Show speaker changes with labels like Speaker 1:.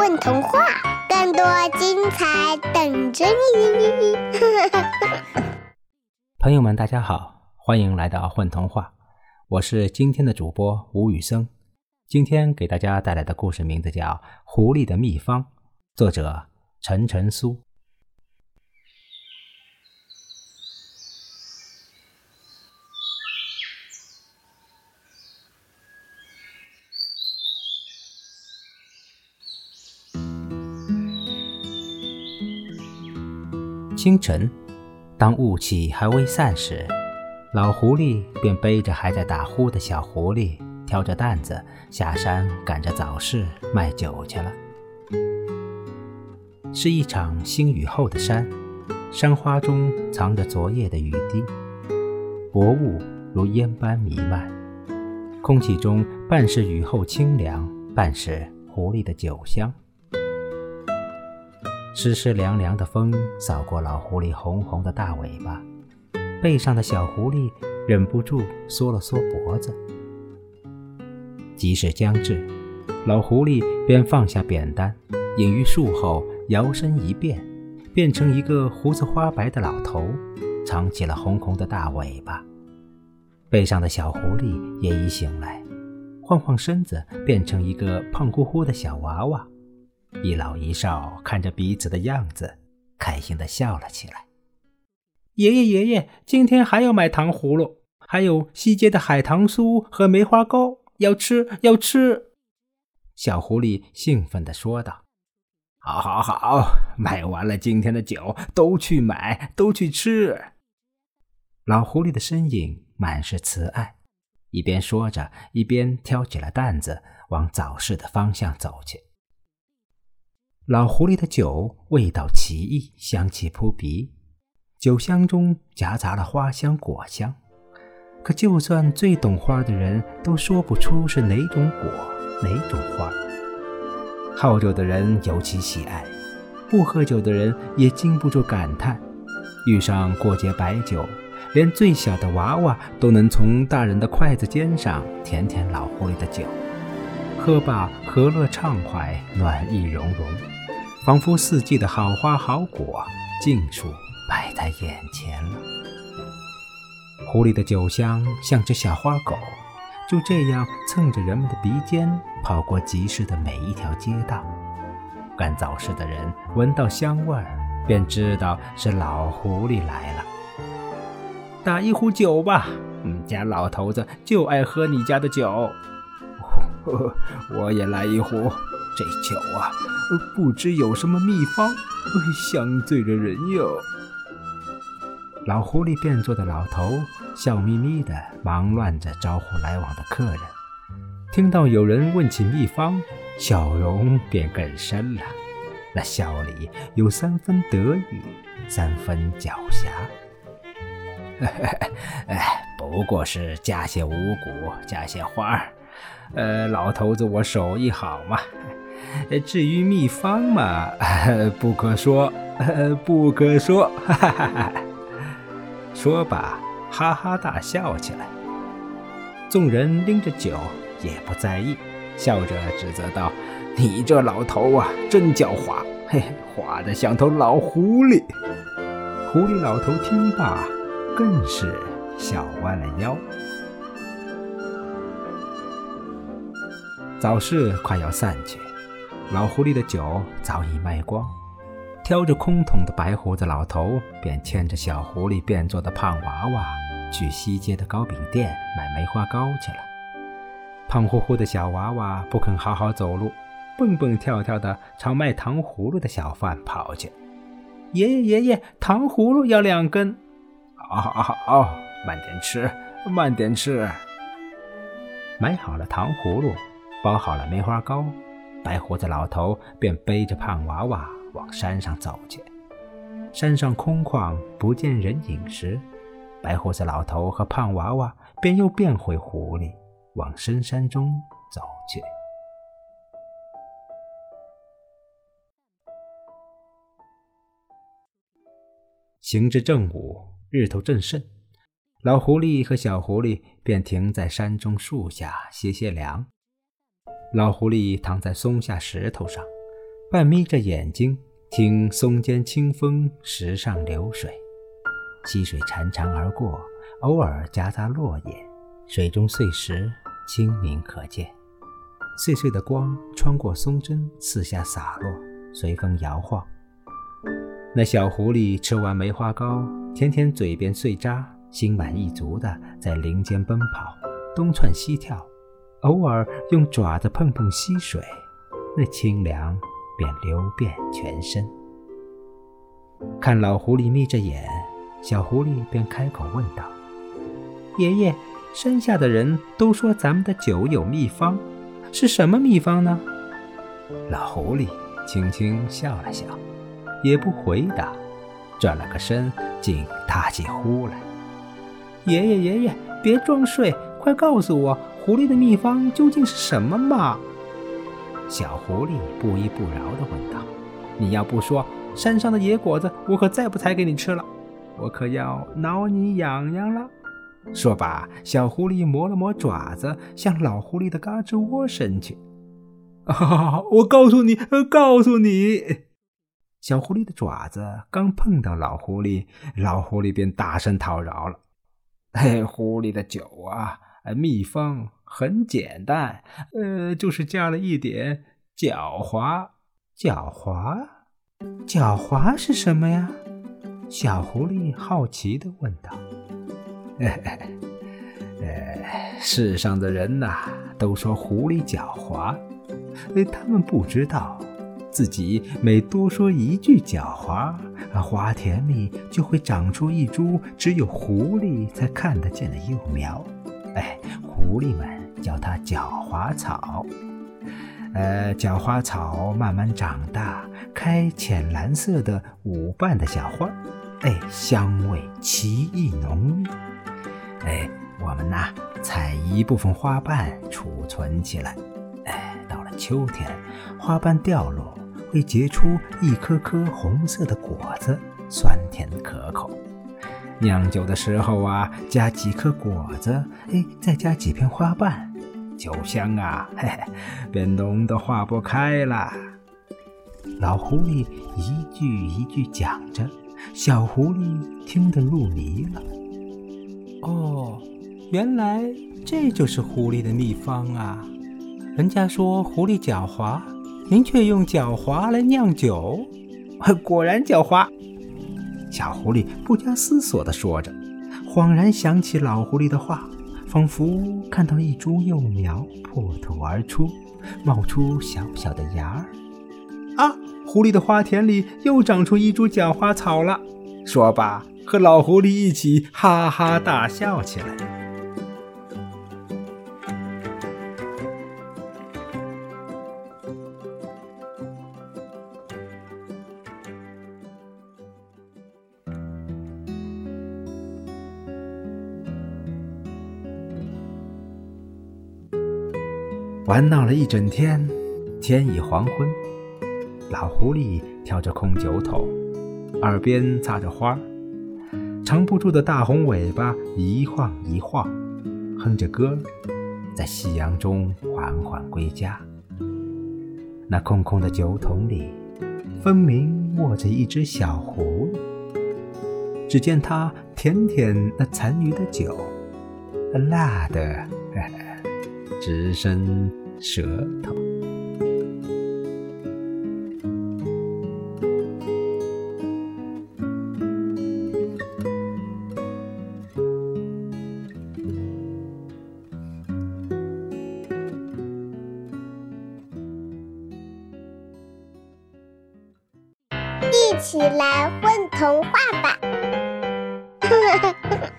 Speaker 1: 混童话，更多精彩等着你！
Speaker 2: 朋友们大家好，欢迎来到混童话，我是今天的主播吴宇森。今天给大家带来的故事名字叫《狐狸的秘方》，作者陈晨苏。清晨，当雾气还未散时，老狐狸便背着还在打呼的小狐狸，挑着担子下山赶着早市卖酒去了。是一场新雨后的山，山花中藏着昨夜的雨滴，薄雾如烟般弥漫，空气中半是雨后清凉，半是狐狸的酒香。湿湿凉凉的风扫过老狐狸红红的大尾巴，背上的小狐狸忍不住缩了缩脖子。集市将至，老狐狸便放下扁担，隐于树后，摇身一变，变成一个胡子花白的老头，藏起了红红的大尾巴。背上的小狐狸也已醒来，晃晃身子，变成一个胖乎乎的小娃娃。一老一少看着彼此的样子，开心地笑了起来。爷爷，今天还要买糖葫芦，还有西街的海棠酥和梅花糕，要吃！小狐狸兴奋地说道。好，买完了今天的酒，都去买，都去吃。老狐狸的身影满是慈爱，一边说着，一边挑起了担子，往早市的方向走去。老狐狸的酒味道奇异，香气扑鼻，酒香中夹杂了花香果香，可就算最懂花的人都说不出是哪种果哪种花。好酒的人尤其喜爱，不喝酒的人也禁不住感叹，遇上过节摆酒，连最小的娃娃都能从大人的筷子尖上舔舔老狐狸的酒，喝罢和乐畅快，暖意融融，仿佛四季的好花好果尽数摆在眼前了。狐狸的酒香像只小花狗，就这样蹭着人们的鼻尖跑过集市的每一条街道。赶早市的人闻到香味儿，便知道是老狐狸来了。打一壶酒吧，家老头子就爱喝你家的酒。我也来一壶，这酒啊，不知有什么秘方，香醉了人哟。老狐狸变作的老头笑眯眯地忙乱着招呼来往的客人，听到有人问起秘方，笑容便更深了，那笑里有3分得意，3分狡黠。不过是加些五谷，加些花老头子我手艺好嘛，至于秘方嘛，不可说。说罢哈哈大笑起来。众人拎着酒也不在意，笑着指责道：你这老头啊，真狡猾，画得像头老狐狸。狐狸老头听罢更是笑弯了腰。早市快要散去，老狐狸的酒早已卖光，挑着空桶的白胡子老头便牵着小狐狸变作的胖娃娃去西街的糕饼店买梅花糕去了。胖乎乎的小娃娃不肯好好走路，蹦蹦跳跳地朝卖糖葫芦的小贩跑去。爷爷，糖葫芦要2根。好，慢点吃。买好了糖葫芦，包好了梅花糕，白胡子老头便背着胖娃娃往山上走去。山上空旷，不见人影时，白胡子老头和胖娃娃便又变回狐狸，往深山中走去。行至正午，日头正盛，老狐狸和小狐狸便停在山中树下歇歇凉。老狐狸躺在松下石头上， 半眯着眼睛听松间清风石上流水，溪水潺潺而过，偶尔夹杂落叶，水中碎石清明可见。碎碎的光穿过松针四下洒落，随风摇晃。那小狐狸吃完梅花糕，舔舔嘴边碎渣，心满意足地在林间奔跑，东窜西跳，偶尔用爪子碰碰溪水，那清凉便流遍全身。看老狐狸眯着眼，小狐狸便开口问道：爷爷，山下的人都说咱们的酒有秘方，是什么秘方呢？老狐狸轻轻笑了笑，也不回答，转了个身竟打起呼来。爷爷，别装睡，快告诉我，狐狸的秘方究竟是什么嘛？小狐狸不依不饶地问道：你要不说，山上的野果子我可再不采给你吃了，我可要挠你痒痒了。说罢，小狐狸磨了磨爪子，向老狐狸的嘎吱窝伸去。我告诉你，小狐狸的爪子刚碰到老狐狸，老狐狸便大声讨饶了。狐狸的酒啊，秘方很简单，就是加了一点狡猾。狡猾是什么呀？小狐狸好奇地问道。世上的人呐，都说狐狸狡猾，他们不知道自己每多说一句狡猾，花田里就会长出一株只有狐狸才看得见的幼苗。狐狸们叫它狡猾草。狡猾草慢慢长大，开浅蓝色的舞瓣的小花，香味奇异浓郁。我们呐，采一部分花瓣储存起来。到了秋天，花瓣掉落，会结出一颗颗红色的果子，酸甜可口。酿酒的时候啊，加几颗果子，再加几片花瓣，酒香啊，便浓得化不开了。老狐狸一句一句讲着，小狐狸听得入迷了。原来这就是狐狸的秘方啊！人家说狐狸狡猾，您却用狡猾来酿酒，果然狡猾。小狐狸不加思索地说着，恍然想起老狐狸的话，仿佛看到一株幼苗破土而出，冒出小小的芽儿。狐狸的花田里又长出一株狡猾草了。说罢，和老狐狸一起哈哈大笑起来。玩闹了一整天，天已黄昏。老狐狸挑着空酒桶，耳边插着花，藏不住的大红尾巴一晃一晃，哼着歌，在夕阳中缓缓归家。那空空的酒桶里，分明卧着一只小狐狸。只见它舔舔那残余的酒，辣的直伸舌头。
Speaker 1: 一起来混童话吧！